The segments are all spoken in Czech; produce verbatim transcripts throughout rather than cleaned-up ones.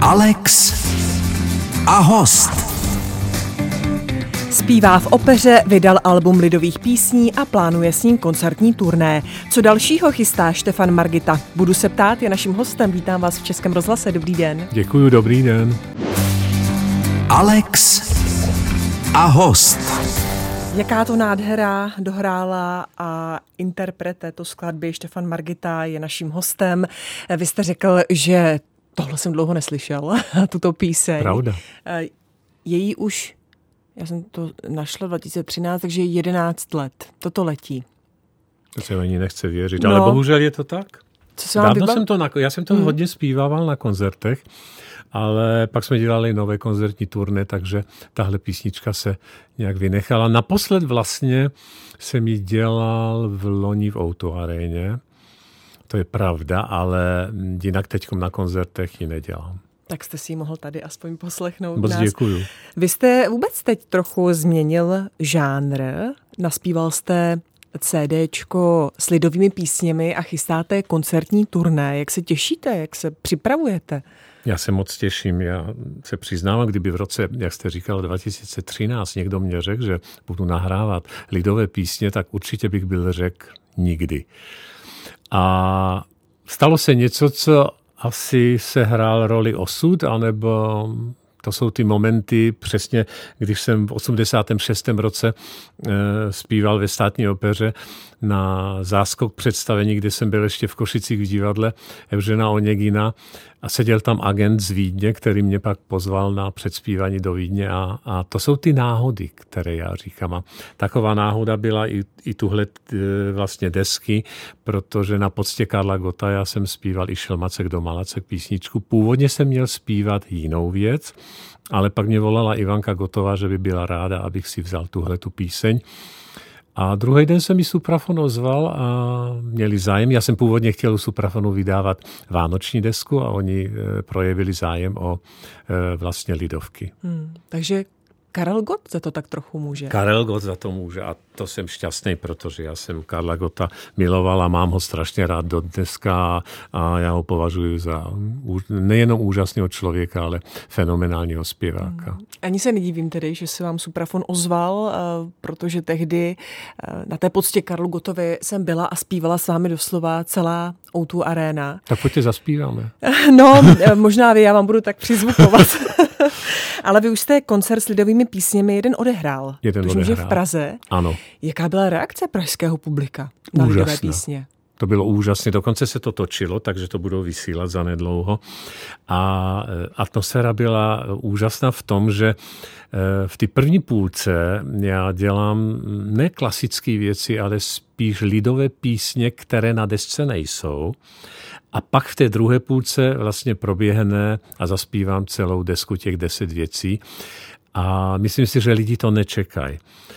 Alex a host. Zpívá v opeře, vydal album lidových písní a plánuje s ním koncertní turné. Co dalšího chystá Štefan Margita? Budu se ptát, je naším hostem. Vítám vás v Českém rozhlase. Dobrý den. Děkuju, dobrý den. Alex a host. Jaká to nádhera dohrála a interpret této skladby Štefan Margita je naším hostem. Vy jste řekl, že tohle jsem dlouho neslyšel, tuto píseň. Pravda. Její už, já jsem to našla dva tisíce třináct, takže jedenáct let. Toto letí. To se ani nechce věřit, no, ale bohužel je to tak. Co se vám Dávno vybav... jsem to, na, já jsem to hmm. hodně zpívával na koncertech, ale pak jsme dělali nové koncertní turné, takže tahle písnička se nějak vynechala. Naposled vlastně jsem ji dělal v loni v ó dva aréně. To je pravda, ale jinak teď na koncertech ji nedělám. Tak jste si ji mohl tady aspoň poslechnout. Moc nás. Děkuju. Vy jste vůbec teď trochu změnil žánr. Naspíval jste CDčko s lidovými písněmi a chystáte koncertní turné. Jak se těšíte? Jak se připravujete? Já se moc těším. Já se přiznám, kdyby v roce, jak jste říkal, dva tisíce třináct někdo mě řekl, že budu nahrávat lidové písně, tak určitě bych byl řekl nikdy. A stalo se něco, co asi se hrál roli osud, anebo to jsou ty momenty, přesně když jsem v osmdesátém šestém roce e, zpíval ve Státní opeře na záskok představení, kde jsem byl ještě v Košicích v divadle Evžena Onegina a seděl tam agent z Vídně, který mě pak pozval na předspívání do Vídně a, a to jsou ty náhody, které já říkám. A taková náhoda byla i, i tuhle e, vlastně desky, protože na poctě Karla Gotta já jsem zpíval i Šelmacek do Malacek písničku. Původně jsem měl zpívat jinou věc, ale pak mě volala Ivanka Gottová, že by byla ráda, abych si vzal tuhletu píseň. A druhý den se mi Suprafon ozval a měli zájem. Já jsem původně chtěl u Suprafonu vydávat vánoční desku a oni e, projevili zájem o e, vlastně lidovky. Hmm, takže Karel Gott za to tak trochu může. Karel Gott za to může a to jsem šťastný, protože já jsem Karla Gotta miloval a mám ho strašně rád do dneska a já ho považuji za nejenom úžasného člověka, ale fenomenálního zpěváka. Hmm. Ani se nedivím tedy, že se vám Suprafon ozval, protože tehdy na té poctě Karlu Gottovi jsem byla a zpívala s vámi doslova celá ó dva Arena. Tak pojďte zaspíváme. No, možná vy, já vám budu tak přizvukovat. Ale vy už jste koncert s lidovými písněmi jeden odehrál. Jeden Tužím, odehrál. že v Praze. Ano. Jaká byla reakce pražského publika na Úžasná. lidové písně? To bylo úžasné, dokonce se to točilo, takže to budou vysílat zanedlouho. A atmosféra byla úžasná v tom, že v té první půlce já dělám ne klasické věci, ale spíš lidové písně, které na desce nejsou. A pak v té druhé půlce vlastně proběhne a zaspívám celou desku těch deset věcí. A myslím si, že lidi to nečekají.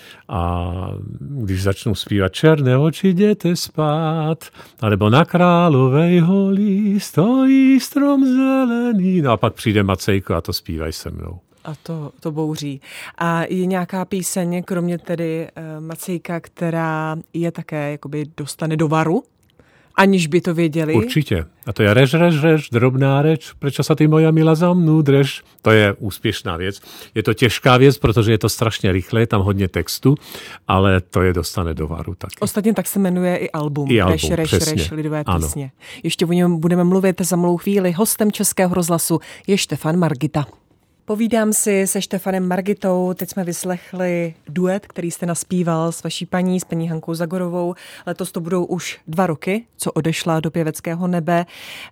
A když začnu zpívat Černé oči, jděte spát, alebo Na Královej holi stojí strom zelený. No a pak přijde Macejko a to zpívaj se mnou. A to, to bouří. A je nějaká píseň, kromě tedy uh, Macejka, která je také jakoby dostane do varu? Aniž by to věděli? Určitě. A to je rež, rež, rež, drobná reč, prečo sa ty moja milá za mnou drž. To je úspěšná věc. Je to těžká věc, protože je to strašně rychle, je tam hodně textu, ale to je dostane do varu taky. Ostatně tak se jmenuje i album. I album, Reš, reš, přesně. reš, lidové Ano. písně. Ještě o něm budeme mluvit za malou chvíli. Hostem Českého rozhlasu je Štefan Margita. Povídám si se Štefanem Margitou. Teď jsme vyslechli duet, který jste naspíval s vaší paní, s paní Hankou Zagorovou. Letos to budou už dva roky, co odešla do pěveckého nebe.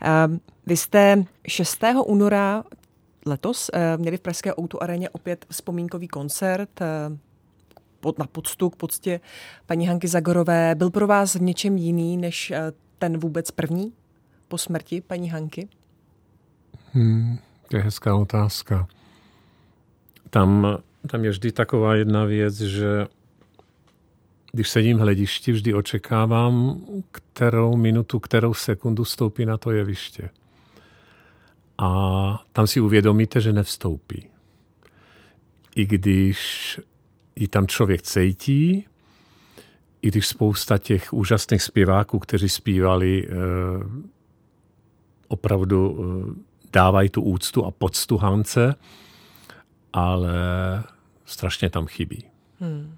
Vy jste šestého února letos měli v pražské ó dva aréně opět vzpomínkový koncert na poctu k poctě paní Hanky Zagorové. Byl pro vás v něčem jiný než ten vůbec první po smrti paní Hanky? Hmm, to je hezká otázka. Tam, tam je vždy taková jedna věc, že když sedím v hledišti, vždy očekávám, kterou minutu, kterou sekundu vstoupí na to jeviště. A tam si uvědomíte, že nevstoupí. I když ji tam člověk cítí, i když spousta těch úžasných zpěváků, kteří zpívali eh, opravdu eh, dávají tu úctu a poctu Hance, ale strašně tam chybí. Hmm.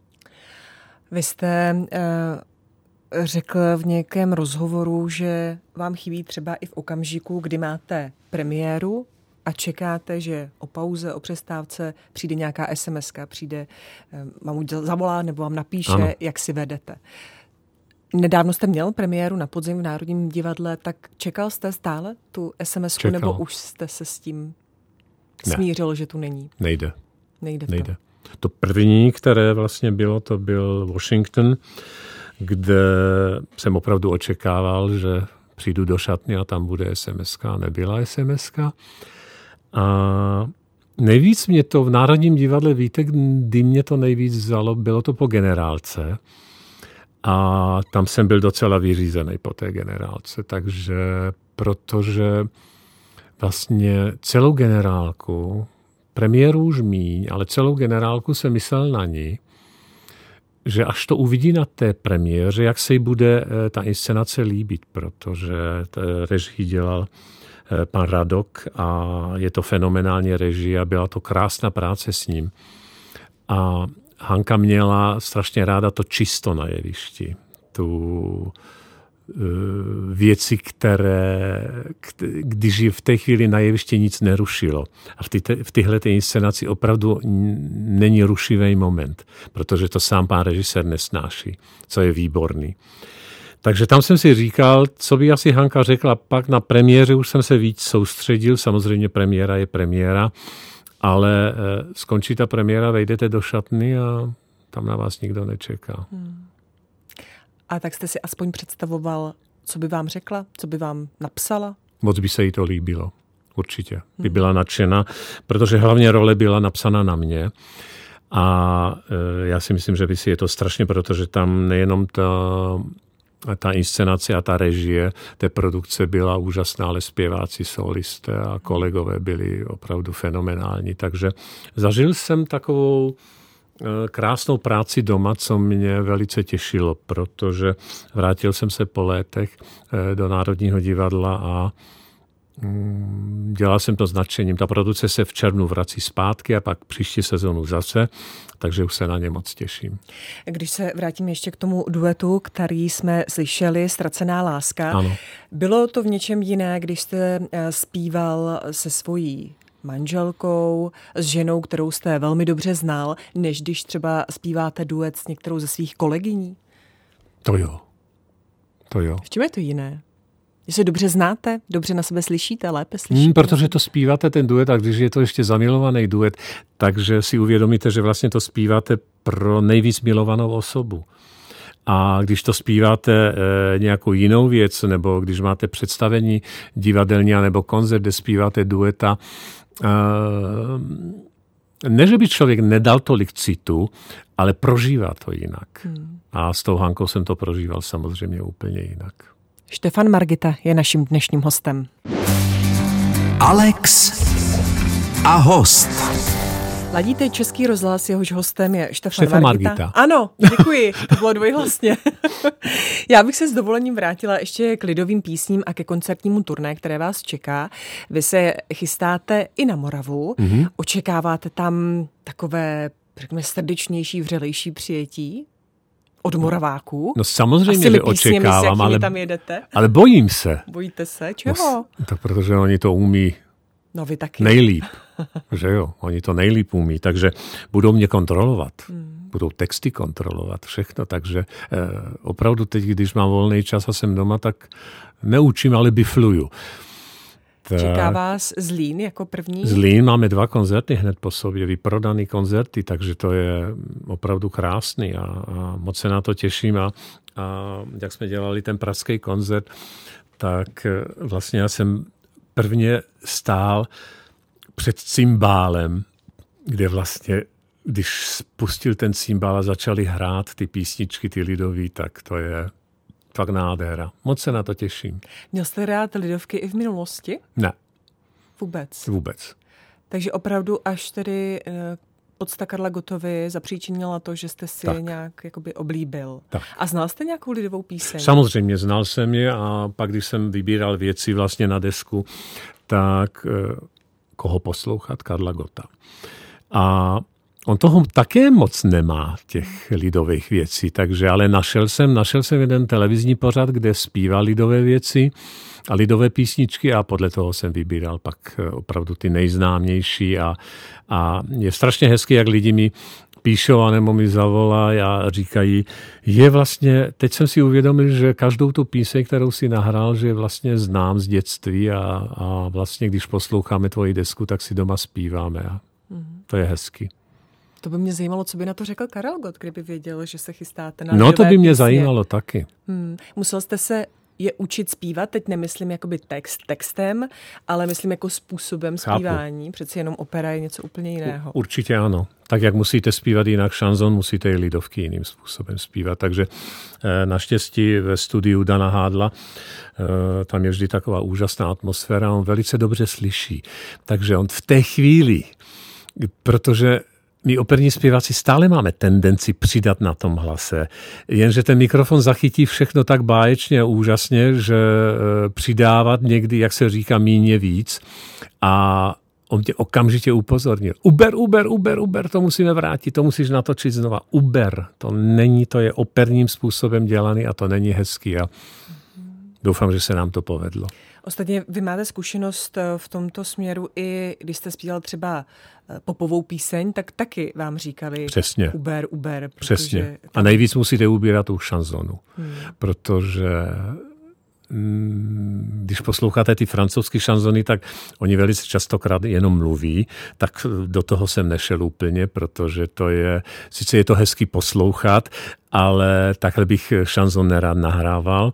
Vy jste uh, řekl v nějakém rozhovoru, že vám chybí třeba i v okamžiku, kdy máte premiéru a čekáte, že o pauze, o přestávce přijde nějaká es em eska, přijde, vám zavolá nebo vám napíše, ano. jak si vedete. Nedávno jste měl premiéru na podzim v Národním divadle, tak čekal jste stále tu es em esku, nebo už jste se s tím smířil, ne. že tu není? Nejde. Nejde. To. Nejde. To první, které vlastně bylo, to byl Washington, kde jsem opravdu očekával, že přijdu do šatny a tam bude es em eska. Nebyla es em eska. A nejvíc mě to v Národním divadle, víte, kdy mě to nejvíc vzalo, bylo to po generálce. A tam jsem byl docela vyřízený po té generálce. Takže protože vlastně celou generálku, premiéru už míň, ale celou generálku jsem myslel na ní, že až to uvidí na té premiéře, jak se jí bude ta inscenace líbit, protože režii dělal pan Radok a je to fenomenální režie a byla to krásná práce s ním. A Hanka měla strašně ráda to čisto na jevišti. Tu věci, které, když je v té chvíli na jevišti nic nerušilo. A v, ty, v tyhle inscenaci opravdu není rušivý moment, protože to sám pán režisér nesnáší, co je výborný. Takže tam jsem si říkal, co by asi Hanka řekla. Pak na premiéře už jsem se víc soustředil, samozřejmě premiéra je premiéra, ale skončí ta premiéra, vejdete do šatny a tam na vás nikdo nečeká. Hmm. A tak jste si aspoň představoval, co by vám řekla, co by vám napsala? Moc by se jí to líbilo, určitě. By byla nadšena, protože hlavně role byla napsána na mě. A e, já si myslím, že by si je to strašně, protože tam nejenom ta, ta inscenace a ta režie té produkce byla úžasná, ale zpěváci, solisté a kolegové byli opravdu fenomenální. Takže zažil jsem takovou krásnou práci doma, co mě velice těšilo, protože vrátil jsem se po létech do Národního divadla a dělal jsem to s nadšením. Ta produkce se v červnu vrací zpátky a pak příští sezonu zase, takže už se na ně moc těším. Když se vrátím ještě k tomu duetu, který jsme slyšeli, Ztracená láska. Ano. Bylo to v něčem jiné, když jste zpíval se svojí manželkou, s ženou, kterou jste velmi dobře znal, než když třeba zpíváte duet s některou ze svých kolegyní? To jo. To jo. V čem je to jiné? Že se dobře znáte, dobře na sebe slyšíte, lépe slyšíte? Hmm, protože to zpíváte ten duet a když je to ještě zamilovaný duet, takže si uvědomíte, že vlastně to zpíváte pro nejvíc milovanou osobu. A když to zpíváte e, nějakou jinou věc, nebo když máte představení divadelní nebo koncert, kde zpíváte dueta, e, ne, že by člověk nedal tolik citu, ale prožívá to jinak. Hmm. A s tou Hankou jsem to prožíval samozřejmě úplně jinak. Štefan Margita je naším dnešním hostem. Alex a host. Ladíte Český rozhlas, jehož hostem je Štefan, Štefan Margita. Margita. Ano, děkuji, to bylo dvojhlasně. Já bych se s dovolením vrátila ještě k lidovým písním a ke koncertnímu turné, které vás čeká. Vy se chystáte i na Moravu. Mm-hmm. Očekáváte tam takové, řekněme, srdečnější, vřelejší přijetí od Moraváků? No samozřejmě, že očekávám, ale, tam jedete? ale bojím se. Bojíte se? Čeho? No, tak protože oni to umí no, vy taky. nejlíp. Že jo, oni to nejlíp umí, takže budou mě kontrolovat. Hmm. Budou texty kontrolovat, všechno, takže eh, opravdu teď, když mám volný čas a jsem doma, tak neučím, ale bifluju. Tak, čeká vás Zlín jako první? Zlín, máme dva koncerty hned po sobě, vyprodaný koncerty, takže to je opravdu krásný a, a moc se na to těším a, a jak jsme dělali ten pražský koncert, tak vlastně já jsem prvně stál před cymbálem, kde vlastně, když spustil ten cymbál a začali hrát ty písničky, ty lidový, tak to je fakt nádhera. Moc se na to těším. Měl jste rád lidovky i v minulosti? Ne. Vůbec? Vůbec. Takže opravdu až tedy podsta Karla Gottovy zapříčinila to, že jste si tak. nějak jakoby oblíbil. Tak. A znal jste nějakou lidovou píseň? Samozřejmě, znal jsem je a pak, když jsem vybíral věci vlastně na desku, tak koho poslouchat? Karla Gotta. A on toho také moc nemá, těch lidových věcí, takže ale našel jsem, našel jsem jeden televizní pořad, kde zpívá lidové věci a lidové písničky a podle toho jsem vybíral pak opravdu ty nejznámější a, a je strašně hezky, jak lidi mi píšou anebo mi zavolají a říkají, je vlastně, teď jsem si uvědomil, že každou tu píseň, kterou si nahrál, že vlastně znám z dětství a, a vlastně, když posloucháme tvoji desku, tak si doma zpíváme a to je hezky. To by mě zajímalo, co by na to řekl Karel Gott, kdyby věděl, že se chystáte na No to by mě písně. zajímalo taky. Hmm. Musel jste se je učit zpívat, teď nemyslím jakoby text textem, ale myslím jako způsobem zpívání. Chápu. Přeci jenom opera je něco úplně jiného. Určitě ano. Tak jak musíte zpívat jinak šanzon, musíte i lidovky jiným způsobem zpívat. Takže naštěstí ve studiu Dana Hádla tam je vždy taková úžasná atmosféra, on velice dobře slyší. Takže on v té chvíli, protože my operní zpěváci stále máme tendenci přidat na tom hlase, jenže ten mikrofon zachytí všechno tak báječně a úžasně, že přidávat někdy, jak se říká, míň víc a on tě okamžitě upozornil. Uber, uber, uber, uber, to musíme vrátit, to musíš natočit znova. Uber, to není, to je operním způsobem dělaný a to není hezký a doufám, že se nám to povedlo. Ostatně vy máte zkušenost v tomto směru i když jste zpíval třeba popovou píseň, tak taky vám říkali Přesně. Uber, Uber. Přesně. A nejvíc musíte ubírat tu šanzonu, hmm. protože když posloucháte ty francouzské šanzony, tak oni velice častokrát jenom mluví, tak do toho jsem nešel úplně, protože to je, sice je to hezky poslouchat, ale takhle bych šanzon nerad nahrával.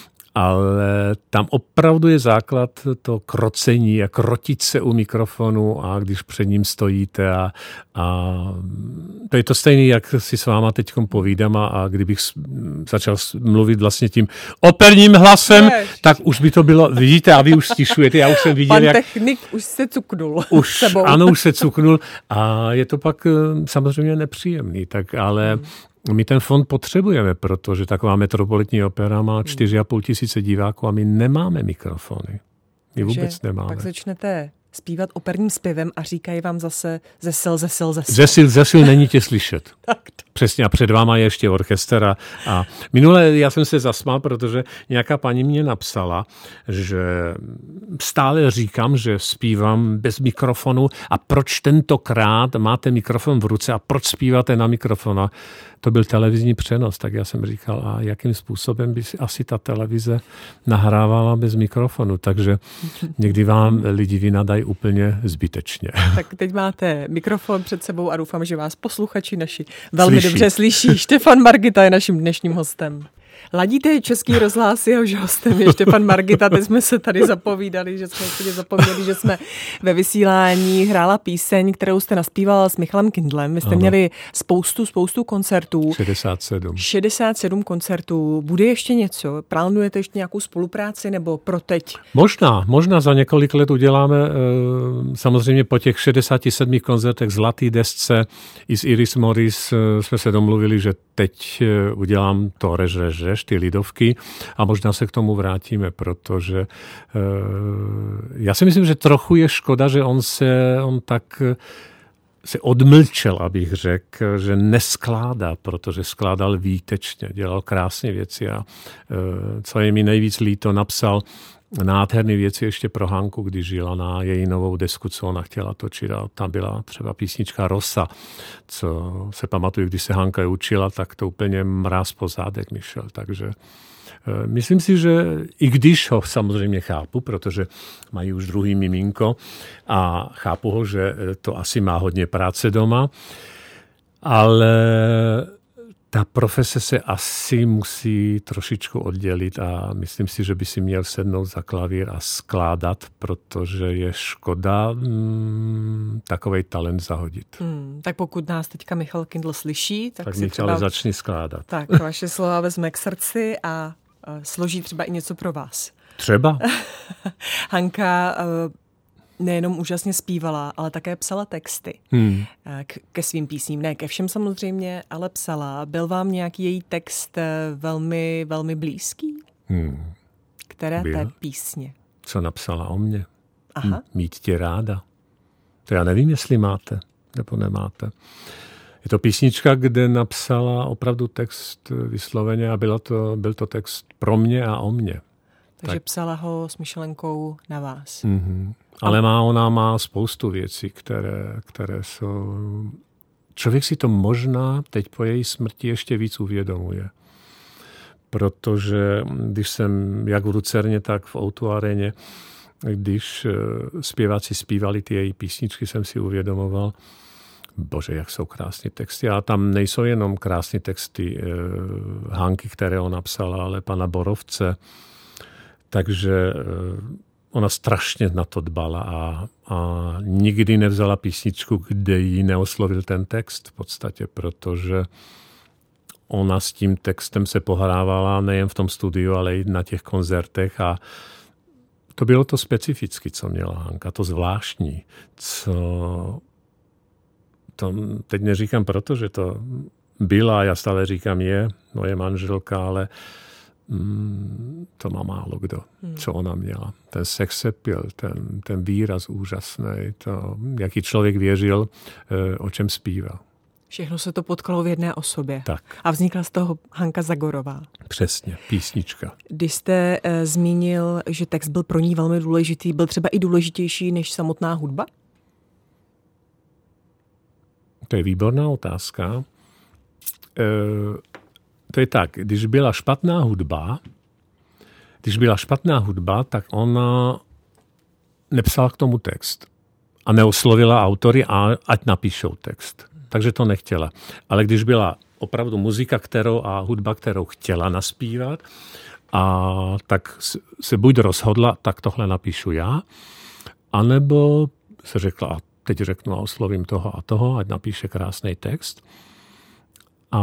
Ale tam opravdu je základ to krocení a krotit se u mikrofonu a když před ním stojíte a, a to je to stejné, jak si s váma teď povídám a, a kdybych začal mluvit vlastně tím operním hlasem, je, tak už by to bylo, vidíte, a vy už stišujete, já už jsem viděl, Pan jak... technik už se cuknul už, sebou. Ano, už se cuknul a je to pak samozřejmě nepříjemný, tak ale... Hmm. My ten fond potřebujeme, protože taková metropolitní opera má čtyři a půl tisíce diváků a my nemáme mikrofony. My Takže vůbec nemáme. Pak začnete zpívat operním zpěvem a říkají vám zase zesil, zesil, zesil. Zesil, zesil není tě slyšet. Přesně a před váma je ještě orchestr a, a minule já jsem se zasmál, protože nějaká paní mě napsala, že stále říkám, že zpívám bez mikrofonu a proč tentokrát máte mikrofon v ruce a proč zpíváte na mikrofonu? To byl televizní přenos, tak já jsem říkal, a jakým způsobem by si asi ta televize nahrávala bez mikrofonu, takže někdy vám lidi vynadají úplně zbytečně. Tak teď máte mikrofon před sebou a doufám, že vás posluchači naši velmi slyší. Dobře slyší. Štefan Margita je naším dnešním hostem. Ladíte Český rozhlas, jehož hostem je Štefan Margita. Teď jsme se tady zapovídali, že jsme úplně zapomněli, že jsme ve vysílání hrála píseň, kterou jste naspívala s Michalem Kindlem. Vy jste ano. měli spoustu, spoustu koncertů. šedesát sedm. šedesát sedm koncertů. Bude ještě něco? Plánujete ještě nějakou spolupráci nebo pro teď? Možná, možná za několik let uděláme samozřejmě po těch šedesáti sedmi koncertech Zlatý desce i s Iris Morris jsme se domluvili, že teď udělám to rež, rež, rež, ty lidovky a možná se k tomu vrátíme, protože e, já si myslím, že trochu je škoda, že on se on tak se odmlčel, abych řekl, že neskládá, protože skládal výtečně, dělal krásné věci a e, co je mi nejvíc líto, napsal nádherné věci ještě pro Hanku, když žila na její novou desku, co ona chtěla točit. A tam byla třeba písnička Rosa, co se pamatuju, když se Hanka učila, tak to úplně mráz po zádech mi šel. Takže e, myslím si, že i když ho samozřejmě chápu, protože mají už druhý miminko a chápu ho, že to asi má hodně práce doma, ale ta profese se asi musí trošičku oddělit a myslím si, že by si měl sednout za klavír a skládat, protože je škoda mm, takovej talent zahodit. Hmm, tak pokud nás teďka Michal Kindl slyší, tak, tak si Michale třeba... začni skládat. Tak vaše slova vezme k srdci a, a složí třeba i něco pro vás. Třeba. Hanka nejenom úžasně zpívala, ale také psala texty hmm. k, ke svým písním. Ne ke všem samozřejmě, ale psala. Byl vám nějaký její text velmi, velmi blízký? Hmm. Které Byl. té písně? Co napsala o mně? Aha. Mít tě ráda. To já nevím, jestli máte nebo nemáte. Je to písnička, kde napsala opravdu text vysloveně a bylo to, byl to text pro mě a o mě. Takže tak. Psala ho s myšlenkou na vás. Mm-hmm. Ale má, ona má spoustu věcí, které, které jsou... Člověk si to možná teď po její smrti ještě víc uvědomuje. Protože když jsem jak v Lucerně, tak v O dva aréně, když zpěváci zpívali ty její písničky, jsem si uvědomoval, bože, jak jsou krásné texty. A tam nejsou jenom krásné texty eh, Hanky, které ona psala, ale pana Borovce. Takže eh, ona strašně na to dbala a, a nikdy nevzala písničku, kde jí neoslovil ten text v podstatě, protože ona s tím textem se pohrávala nejen v tom studiu, ale i na těch koncertech a to bylo to specificky, co měla Hanka, to zvláštní, co... To teď neříkám proto, že to byla, já stále říkám je, moje manželka, ale mm, to má málo kdo, co ona měla. Ten sex appeal, ten, ten výraz úžasný, to, jaký člověk věřil, o čem zpívá. Všechno se to potkalo v jedné osobě. Tak. A vznikla z toho Hanka Zagorová. Přesně, písnička. Když jste e, zmínil, že text byl pro ní velmi důležitý, byl třeba i důležitější než samotná hudba? To je výborná otázka. E, to je tak, když byla špatná hudba, když byla špatná hudba, tak ona nepsala k tomu text a neoslovila autory, a ať napíšou text. Takže to nechtěla. Ale když byla opravdu muzika, kterou a hudba, kterou chtěla naspívat, a tak se buď rozhodla, tak tohle napíšu já, anebo se řekla, a teď řeknu a oslovím toho a toho, ať napíše krásný text. A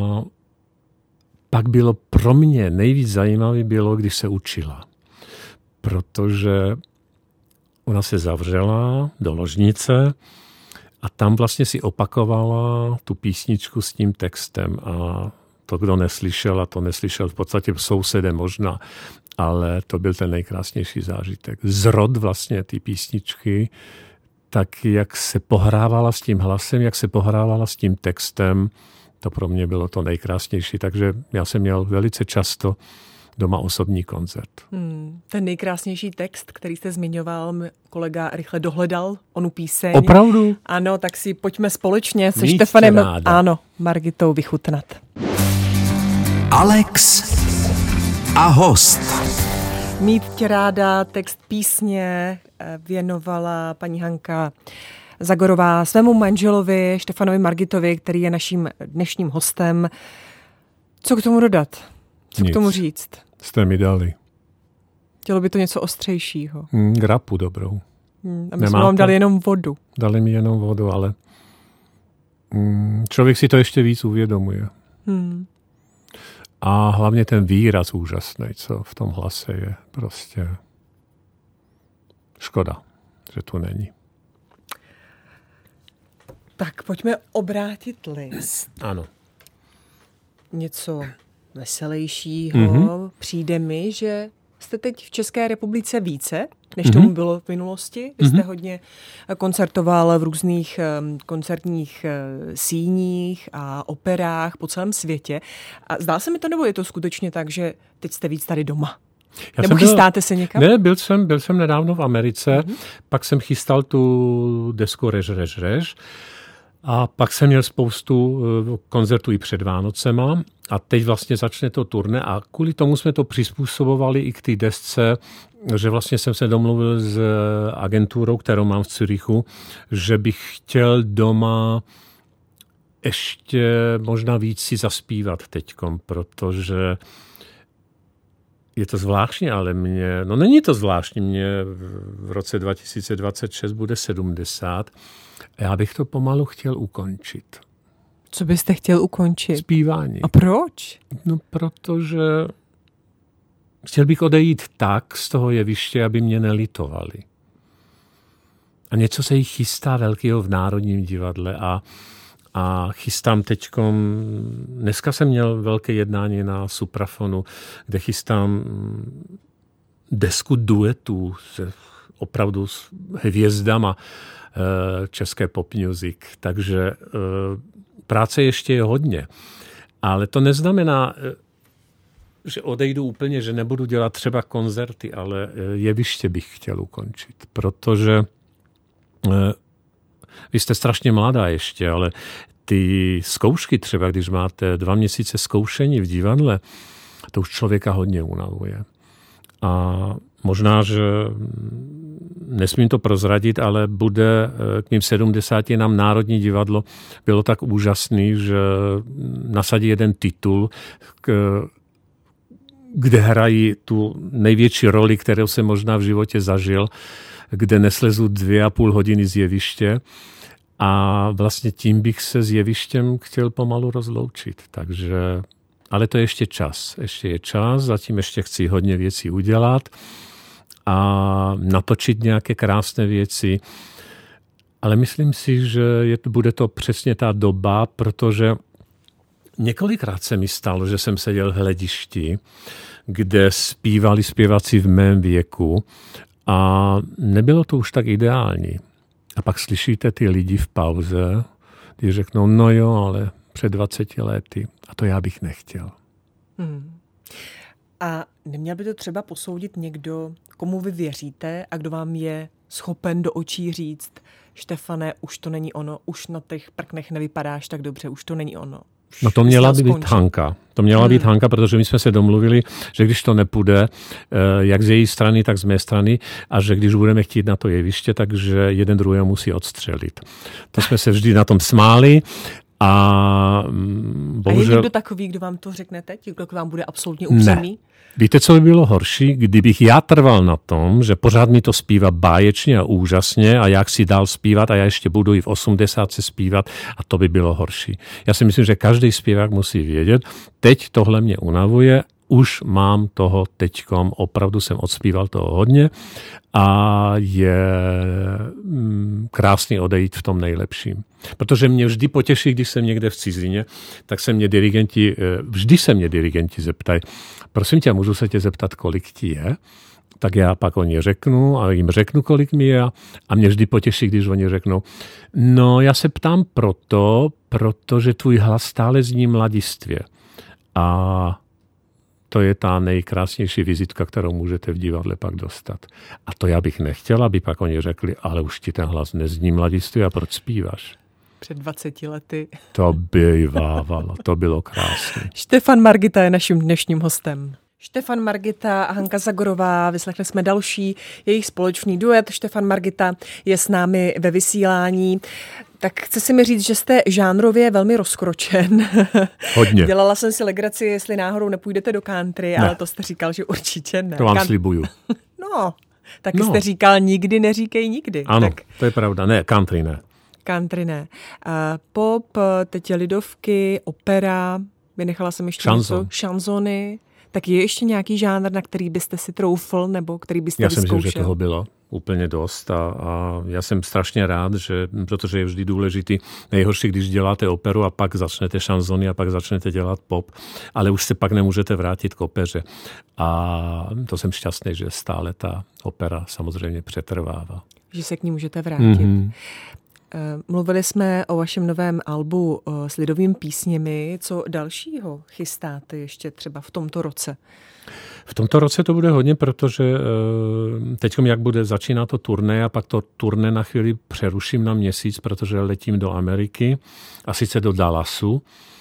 pak bylo pro mě nejvíc zajímavé bylo, když se učila. Protože ona se zavřela do ložnice a tam vlastně si opakovala tu písničku s tím textem. A to, kdo neslyšel, a to neslyšel v podstatě sousedem možná, ale to byl ten nejkrásnější zážitek. Zrod vlastně ty písničky, tak jak se pohrávala s tím hlasem, jak se pohrávala s tím textem, to pro mě bylo to nejkrásnější. Takže já jsem měl velice často doma osobní koncert. Hmm, ten nejkrásnější text, který jste zmiňoval, kolega rychle dohledal onu píseň. Opravdu? Ano, tak si pojďme společně se Mít Štefanem, ráda. ano, Margitou vychutnat. Alex a host. Mít tě ráda, text písně věnovala paní Hanka Zagorová svému manželovi Štefanovi Margitovi, který je naším dnešním hostem. Co k tomu dodat? Co Nic. k tomu říct? Jste mi dali. Chtělo by to něco ostřejšího. Mm, grapu dobrou. Hmm, a my jsme vám dali jenom vodu. Dali mi jenom vodu, ale mm, člověk si to ještě víc uvědomuje. Hmm. A hlavně ten výraz úžasný, co v tom hlase je. Prostě škoda, že tu není. Tak pojďme obrátit list. Ano. Něco veselějšího. Mm-hmm. Přijde Přijde mi, že jste teď v České republice více, než tomu bylo v minulosti. Vy jste Mm-hmm. hodně koncertoval v různých um, koncertních uh, síních a operách po celém světě. A zdá se mi to, nebo je to skutečně tak, že teď jste víc tady doma? Já Nebo jsem byl- chystáte se někam? Ne, byl jsem, byl jsem nedávno v Americe, Mhm. pak jsem chystal tu desku Rež, rež, rež. A pak jsem měl spoustu eh, koncertů i před Vánocema a teď vlastně začne to turné a kvůli tomu jsme to přizpůsobovali i k té desce, že vlastně jsem se domluvil s agenturou, kterou mám v Zürichu, že bych chtěl doma ještě možná víc si zaspívat teďkom, protože je to zvláštní, ale mě, no není to zvláštní, mě v roce dva tisíce dvacet šest bude sedmdesát. Já bych to pomalu chtěl ukončit. Co byste chtěl ukončit? Zpívání. A proč? No protože chtěl bych odejít tak z toho jeviště, aby mě nelitovali. A něco se jich chystá velkého v Národním divadle a, a chystám teďkom, dneska jsem měl velké jednání na Suprafonu, kde chystám desku duetů se opravdu hvězdama české pop music. Takže práce ještě je hodně. Ale to neznamená, že odejdu úplně, že nebudu dělat třeba koncerty, ale jeviště bych chtěl ukončit, protože vy jste strašně mladá ještě, ale ty zkoušky třeba, když máte dva měsíce zkoušení v divadle, to už člověka hodně unavuje. A možná, že nesmím to prozradit, ale bude k mým sedmdesátinám Národní divadlo bylo tak úžasný, že nasadí jeden titul, kde hrají tu největší roli, kterou jsem možná v životě zažil, kde neslezu dvě a půl hodiny z jeviště. A vlastně tím bych se s jevištěm chtěl pomalu rozloučit. Takže, ale to je ještě čas. Ještě je čas, zatím ještě chci hodně věcí udělat a natočit nějaké krásné věci. Ale myslím si, že je, bude to přesně ta doba, protože několikrát se mi stalo, že jsem seděl v hledišti, kde zpívali zpěváci v mém věku a nebylo to už tak ideální. A pak slyšíte ty lidi v pauze, kdy řeknou, no jo, ale před dvaceti lety. A to já bych nechtěl. Hmm. A neměl by to třeba posoudit někdo, komu vy věříte a kdo vám je schopen do očí říct, Štefane, už to není ono, už na těch prknech nevypadáš tak dobře, už to není ono. Už no to měla by být Hanka. To měla hmm. být Hanka, protože my jsme se domluvili, že když to nepůjde, jak z její strany, tak z mé strany, a že když budeme chtít na to jeviště, takže jeden druhého musí odstřelit. To jsme se vždy na tom smáli. A, bohužel... a je někdo takový, kdo vám to řekne teď? Kdo k vám bude absolutně upřímný? Ne. Víte, co by bylo horší? Kdybych já trval na tom, že pořád mi to zpívá báječně a úžasně a jak si dál zpívat a já ještě budu i v osmdesátce zpívat a to by bylo horší. Já si myslím, že každý zpěvák musí vědět, teď tohle mě unavuje, už mám toho teďkom, opravdu jsem odspíval toho hodně a je krásný odejít v tom nejlepším. Protože mě vždy potěší, když jsem někde v cizině, tak se mě dirigenti, vždy se mě dirigenti zeptají, prosím tě, můžu se tě zeptat, kolik ti je? Tak já pak oni řeknu a jim řeknu, kolik mi je a mě vždy potěší, když oni řeknou, no já se ptám proto, protože tvůj hlas stále zní mladistvě. A to je ta nejkrásnější vizitka, kterou můžete v divadle pak dostat. A to já bych nechtěla, aby pak oni řekli, ale už ti ten hlas nezní mladistvě a proč zpíváš? Před dvaceti lety. To bývávalo, to bylo krásné. Štefan Margita je naším dnešním hostem. Štefan Margita a Hanka Zagorová, vyslechli jsme další jejich společný duet. Štefan Margita je s námi ve vysílání. Tak chci si mi říct, že jste žánrově velmi rozkročen. Hodně. Dělala jsem si legraci, jestli náhodou nepůjdete do country, ne. Ale to jste říkal, že určitě ne. To vám Kan... slibuju. No, taky no. jste říkal, nikdy neříkej nikdy. Ano, tak... to je pravda. Ne, country ne. Country ne. Uh, pop, teď je lidovky, opera, vynechala jsem ještě Šanzon. něco, šanzony. Tak je ještě nějaký žánr, na který byste si troufl, nebo který byste já vyzkoušel? Já si myslím, že toho bylo úplně dost a, a já jsem strašně rád, že, protože je vždy důležitý, nejhorší, když děláte operu a pak začnete šanzony a pak začnete dělat pop, ale už se pak nemůžete vrátit k opeře. A to jsem šťastný, že stále ta opera samozřejmě přetrvává. Že se k ní můžete vrátit. Mm-hmm. Mluvili jsme o vašem novém albu s lidovými písněmi. Co dalšího chystáte ještě třeba v tomto roce? V tomto roce to bude hodně, protože teď, jak bude začínat to turné a pak to turné na chvíli přeruším na měsíc, protože letím do Ameriky a sice do Dallasu,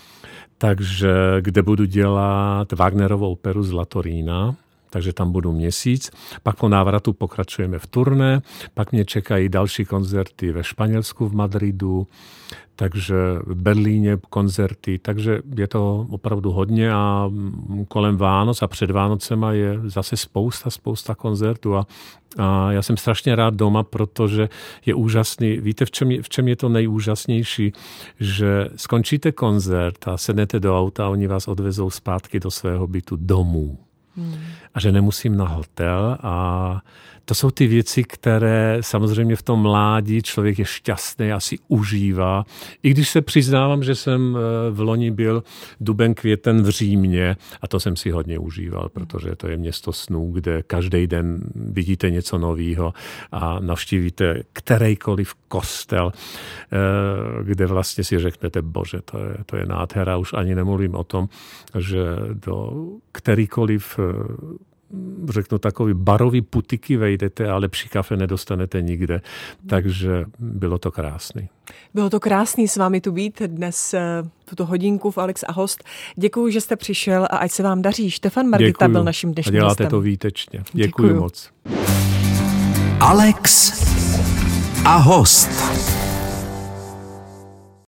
takže kde budu dělat Wagnerovou operu Zlatorína. Takže tam budu měsíc. Pak po návratu pokračujeme v turné, pak mě čekají další koncerty ve Španělsku, v Madridu, takže v Berlíně koncerty, takže je to opravdu hodně a kolem Vánoc a před Vánocema je zase spousta, spousta koncertů a, a já jsem strašně rád doma, protože je úžasný. Víte, v čem je, v čem je to nejúžasnější? Že skončíte koncert a sednete do auta a oni vás odvezou zpátky do svého bytu domů. Hmm. a že nemusím na hotel a to jsou ty věci, které samozřejmě v tom mládí člověk je šťastný, asi užívá. I když se přiznávám, že jsem v loni byl duben, květen v Římě a to jsem si hodně užíval, protože to je město snů, kde každý den vidíte něco nového a navštívíte kterejkoliv kostel, kde vlastně si řeknete, bože, to je, to je nádhera. Už ani nemluvím o tom, že do kterýkoliv řeknu takový barový putiky vejdete a lepší kafe nedostanete nikde. Takže bylo to krásný. Bylo to krásný s vámi tu být dnes tuto hodinku v Alex a host. Děkuji, že jste přišel a ať se vám daří. Štefan Margita Děkuju. Byl naším dnešním hostem. Děláte to výtečně. Děkuji, Děkuji moc. Alex a host.